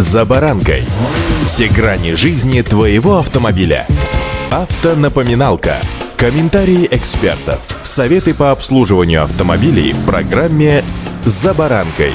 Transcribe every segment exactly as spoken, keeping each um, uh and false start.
«За баранкой». Все грани жизни твоего автомобиля. Автонапоминалка. Комментарии экспертов. Советы по обслуживанию автомобилей в программе «За баранкой».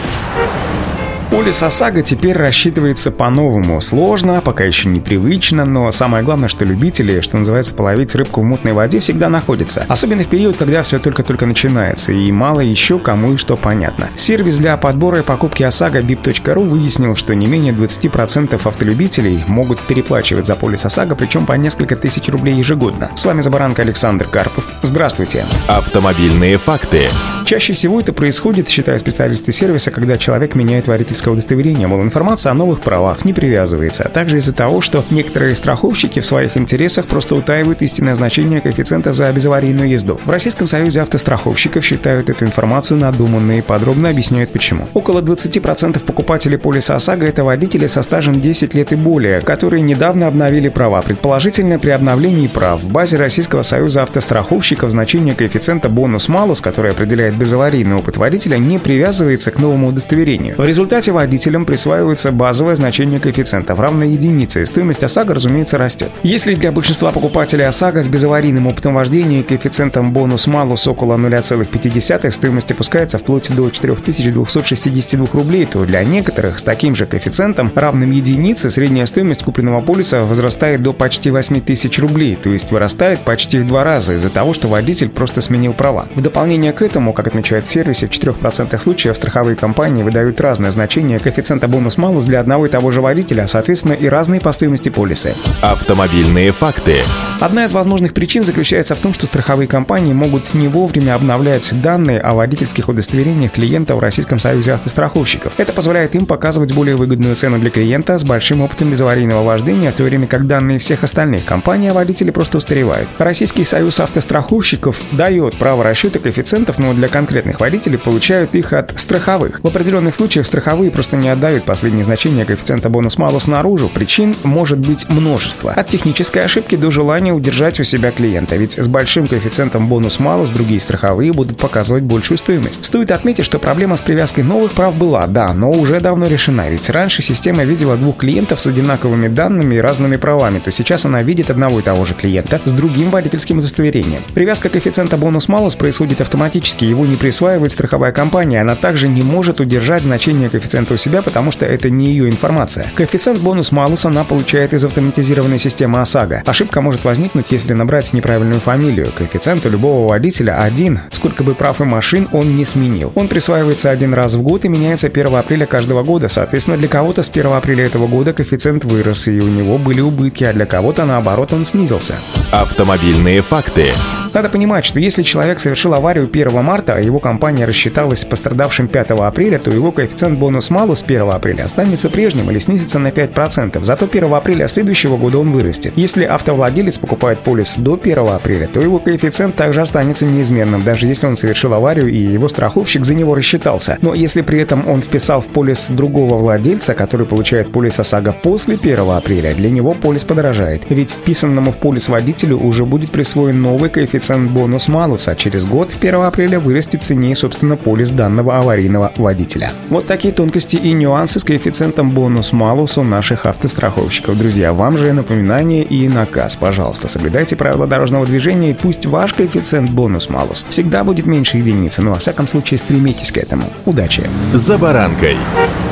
Полис ОСАГО теперь рассчитывается по-новому. Сложно, пока еще непривычно, но самое главное, что любители, что называется, половить рыбку в мутной воде, всегда находятся. Особенно в период, когда все только-только начинается, и мало еще кому и что понятно. Сервис для подбора и покупки ОСАГО бип точка ру выяснил, что не менее двадцать процентов автолюбителей могут переплачивать за полис ОСАГО, причем по несколько тысяч рублей ежегодно. С вами «За баранкой» Александр Карпов. Здравствуйте. Автомобильные факты. Чаще всего это происходит, считают специалисты сервиса, когда человек меняет водительское удостоверение, мол, информация о новых правах не привязывается, а также из-за того, что некоторые страховщики в своих интересах просто утаивают истинное значение коэффициента за безаварийную езду. В Российском союзе автостраховщиков считают эту информацию надуманной и подробно объясняют почему. Около двадцать процентов покупателей полиса ОСАГО — это водители со стажем десять лет и более, которые недавно обновили права. Предположительно, при обновлении прав в базе Российского союза автостраховщиков значение коэффициента бонус-малус, который определяет безаварийный опыт водителя, не привязывается к новому удостоверению. В результате водителям присваивается базовое значение коэффициентов, равное единице, и стоимость ОСАГО, разумеется, растет. Если для большинства покупателей ОСАГО с безаварийным опытом вождения и коэффициентом бонус-малус около ноль целых пять десятых стоимость опускается вплоть до четыре тысячи двести шестьдесят два рублей, то для некоторых с таким же коэффициентом, равным единице, средняя стоимость купленного полиса возрастает до почти восемь тысяч рублей, то есть вырастает почти в два раза из-за того, что водитель просто сменил права. В дополнение к этому, как отмечают в сервисе, в четырёх процентах случаев страховые компании выдают разное значение коэффициента бонус-малус для одного и того же водителя, а соответственно и разные по стоимости полисы. Автомобильные факты. Одна из возможных причин заключается в том, что страховые компании могут не вовремя обновлять данные о водительских удостоверениях клиента в Российском союзе автостраховщиков. Это позволяет им показывать более выгодную цену для клиента с большим опытом безаварийного вождения, в то время как данные всех остальных компаний о водителе просто устаревают. Российский союз автостраховщиков дает право расчета коэффициентов, но для конкретных водителей получают их от страховых. В определенных случаях страховые просто не отдают последние значения коэффициента бонус-малус наружу. Причин может быть множество. От технической ошибки до желания удержать у себя клиента. Ведь с большим коэффициентом бонус-малус другие страховые будут показывать большую стоимость. Стоит отметить, что проблема с привязкой новых прав была, да, но уже давно решена. Ведь раньше система видела двух клиентов с одинаковыми данными и разными правами, то сейчас она видит одного и того же клиента с другим водительским удостоверением. Привязка коэффициента бонус-малус происходит автоматически, его не присваивает страховая компания, она также не может удержать значение коэффициента у себя, потому что это не ее информация. Коэффициент бонус-малус она получает из автоматизированной системы ОСАГО. Ошибка может возникнуть, если набрать неправильную фамилию. Коэффициент у любого водителя один, сколько бы прав и машин он не сменил. Он присваивается один раз в год и меняется первого апреля каждого года. Соответственно, для кого-то с первого апреля этого года коэффициент вырос, и у него были убытки, а для кого-то, наоборот, он снизился. Автомобильные факты. Надо понимать, что если человек совершил аварию первого марта, а его компания рассчиталась с пострадавшим пятого апреля, то его коэффициент бонус-малус с первого апреля останется прежним или снизится на пять процентов. Зато первого апреля следующего года он вырастет. Если автовладелец покупает полис до первого апреля, то его коэффициент также останется неизменным, даже если он совершил аварию и его страховщик за него рассчитался. Но если при этом он вписал в полис другого владельца, который получает полис ОСАГО после первого апреля, для него полис подорожает. Ведь вписанному в полис водителю уже будет присвоен новый коэффициент бонус-малус, а через год, первого апреля, вырастет ценнее, собственно, полис данного аварийного водителя. Вот такие тонкости и нюансы с коэффициентом бонус-малус у наших автостраховщиков. Друзья, вам же напоминание и наказ. Пожалуйста, соблюдайте правила дорожного движения, и пусть ваш коэффициент бонус-малус всегда будет меньше единицы, но во всяком случае стремитесь к этому. Удачи! За баранкой.